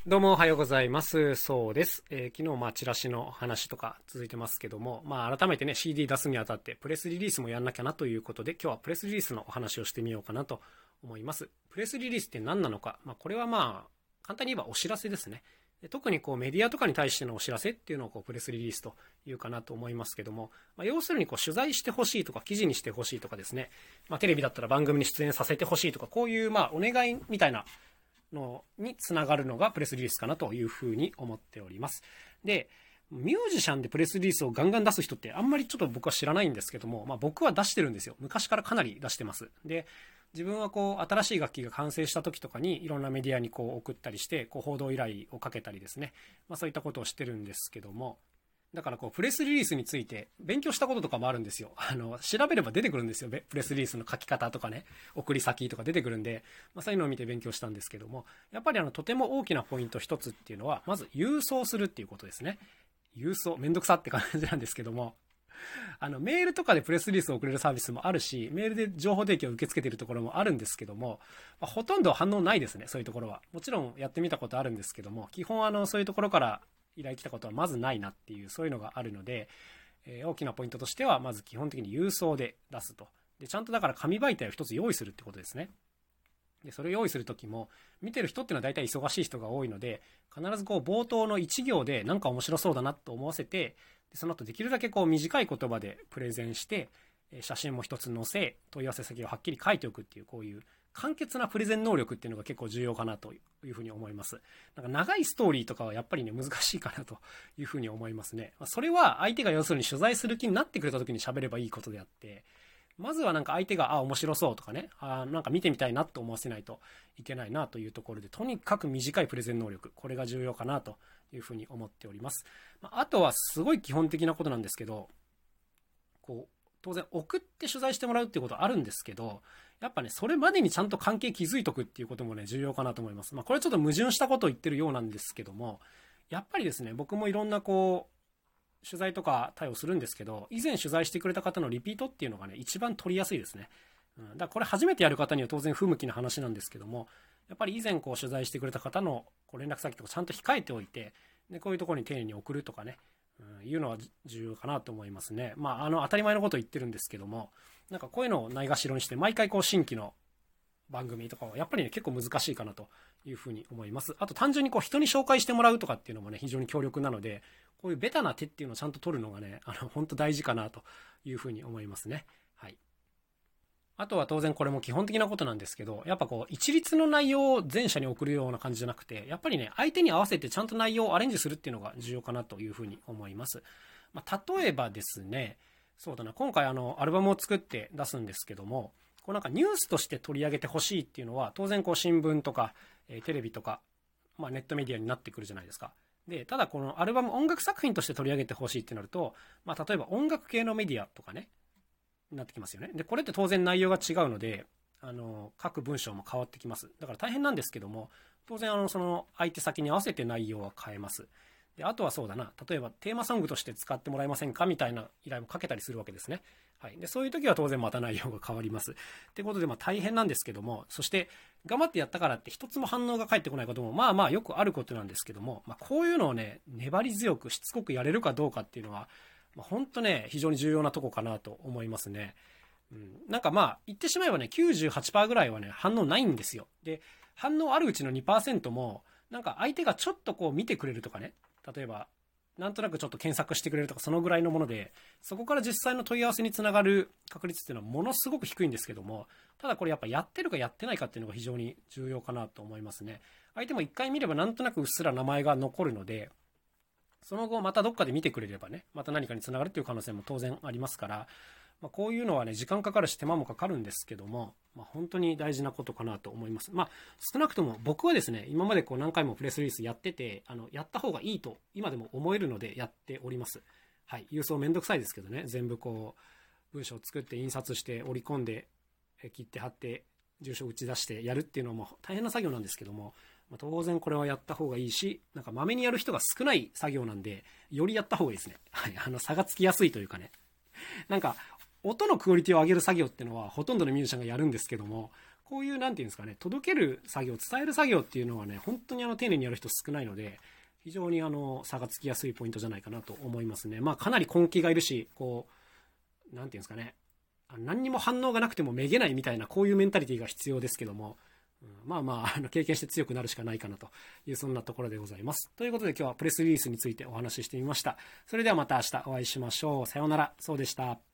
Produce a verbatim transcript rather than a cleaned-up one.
どうもおはようございます。そうです。えー昨日まあチラシの話とか続いてますけども、まあ改めてね シーディー 出すにあたってプレスリリースもやんなきゃなということで、今日はプレスリリースのお話をしてみようかなと思います。プレスリリースって何なのか、まあこれはまあ簡単に言えばお知らせですね。で特にこうメディアとかに対してのお知らせっていうのをこうプレスリリースというかなと思いますけども、まあ、要するにこう取材してほしいとか記事にしてほしいとかですね、まあ、テレビだったら番組に出演させてほしいとか、こういうまあお願いみたいなのにつながるのがプレスリリースかなというふうに思っております。で、ミュージシャンでプレスリリースをガンガン出す人ってあんまりちょっと僕は知らないんですけども、まあ、僕は出してるんですよ。昔からかなり出してます。で、自分はこう新しい楽器が完成した時とかにいろんなメディアにこう送ったりしてこう報道依頼をかけたりですね、まあ、そういったことをしてるんですけども、だからこうプレスリリースについて勉強したこととかもあるんですよ。あの調べれば出てくるんですよ。プレスリリースの書き方とかね、送り先とか出てくるんで、まあ、そういうのを見て勉強したんですけども、やっぱりあのとても大きなポイント一つっていうのはまず郵送するっていうことですね。郵送めんどくさって感じなんですけども、あのメールとかでプレスリリースを送れるサービスもあるし、メールで情報提供を受け付けているところもあるんですけども、まあ、ほとんど反応ないですね。そういうところはもちろんやってみたことあるんですけども、基本あのそういうところから依頼来たことはまずないなっていう、そういうのがあるので、えー大きなポイントとしてはまず基本的に郵送で出すと。でちゃんとだから紙媒体を一つ用意するってことですね。でそれを用意する時も見てる人っていうのは大体忙しい人が多いので、必ずこう冒頭のいち行でなんか面白そうだなと思わせて、でその後できるだけこう短い言葉でプレゼンして、写真も一つ載せ、問い合わせ先をはっきり書いておくっていう、こういう簡潔なプレゼン能力っていうのが結構重要かなというふうに思います。なんか長いストーリーとかはやっぱりね難しいかなというふうに思いますね。それは相手が要するに取材する気になってくれた時に喋ればいいことであって、まずはなんか相手があ面白そうとかね、あなんか見てみたいなと思わせないといけないなというところで、とにかく短いプレゼン能力、これが重要かなというふうに思っております。あとはすごい基本的なことなんですけど、こう当然送って取材してもらうっていうことはあるんですけど、やっぱねそれまでにちゃんと関係築いとくっていうこともね重要かなと思います。まあこれはちょっと矛盾したことを言ってるようなんですけども、やっぱりですね、僕もいろんなこう取材とか対応するんですけど、以前取材してくれた方のリピートっていうのがね一番取りやすいですね。うん、だからこれ初めてやる方には当然不向きな話なんですけども、やっぱり以前こう取材してくれた方のこう連絡先とかちゃんと控えておいて、でこういうところに丁寧に送るとかね、うん、いうのは重要かなと思いますね。まああの当たり前のことを言ってるんですけども、なんかこういうのをないがしろにして毎回こう新規の番組とかはやっぱりね結構難しいかなというふうに思います。あと単純にこう人に紹介してもらうとかっていうのもね非常に強力なので、こういうベタな手っていうのをちゃんと取るのがね、あの本当大事かなというふうに思いますね。はい。あとは当然これも基本的なことなんですけど、やっぱこう一律の内容を全社に送るような感じじゃなくて、やっぱりね相手に合わせてちゃんと内容をアレンジするっていうのが重要かなというふうに思います。まあ、例えばですね、そうだな、今回あのアルバムを作って出すんですけども、こうなんかニュースとして取り上げてほしいっていうのは当然こう新聞とか、えーテレビとか、まあ、ネットメディアになってくるじゃないですか。でただこのアルバム音楽作品として取り上げてほしいってなると、まあ、例えば音楽系のメディアとかねなってきますよね。でこれって当然内容が違うので、あの各文章も変わってきます。だから大変なんですけども、当然あのその相手先に合わせて内容は変えます。であとはそうだな、例えばテーマソングとして使ってもらえませんかみたいな依頼もかけたりするわけですね。はい、でそういう時は当然また内容が変わります。ってことでまあ大変なんですけども、そして頑張ってやったからって一つも反応が返ってこないこともまあまあよくあることなんですけども、まあ、こういうのをね粘り強くしつこくやれるかどうかっていうのは、まあ、本当ね非常に重要なとこかなと思いますね。うん、なんかまあ言ってしまえばね きゅうじゅうはちパーセント ぐらいはね反応ないんですよ。で反応あるうちの にパーセント もなんか相手がちょっとこう見てくれるとかね、例えばなんとなくちょっと検索してくれるとかそのぐらいのもので、そこから実際の問い合わせにつながる確率っていうのはものすごく低いんですけども、ただこれやっぱやってるかやってないかっていうのが非常に重要かなと思いますね。相手も一回見ればなんとなくうっすら名前が残るので、その後またどっかで見てくれればねまた何かにつながるっていう可能性も当然ありますから、まあ、こういうのはね時間かかるし手間もかかるんですけども、まあ、本当に大事なことかなと思います。まあ少なくとも僕はですね今までこう何回もプレスリリースやってて、あのやった方がいいと今でも思えるのでやっております。はい、郵送めんどくさいですけどね、全部こう文章を作って印刷して折り込んで切って貼って住所打ち出してやるっていうのも大変な作業なんですけども、まあ、当然これはやった方がいいし、なんかまめにやる人が少ない作業なんでよりやった方がいいですね。はい、あの差がつきやすいというかね、なんか音のクオリティを上げる作業っていうのはほとんどのミュージシャンがやるんですけども、 こういうなんていうんですかね、届ける作業、伝える作業っていうのはね、本当にあの丁寧にやる人少ないので、非常にあの差がつきやすいポイントじゃないかなと思いますね。まあかなり根気がいるし、こうなんていうんですかね、何にも反応がなくてもめげないみたいな、こういうメンタリティが必要ですけども、うん、まあまあ、あの経験して強くなるしかないかなという、そんなところでございます。ということで今日はプレスリリースについてお話ししてみました。それではまた明日お会いしましょう。さようなら。そうでした。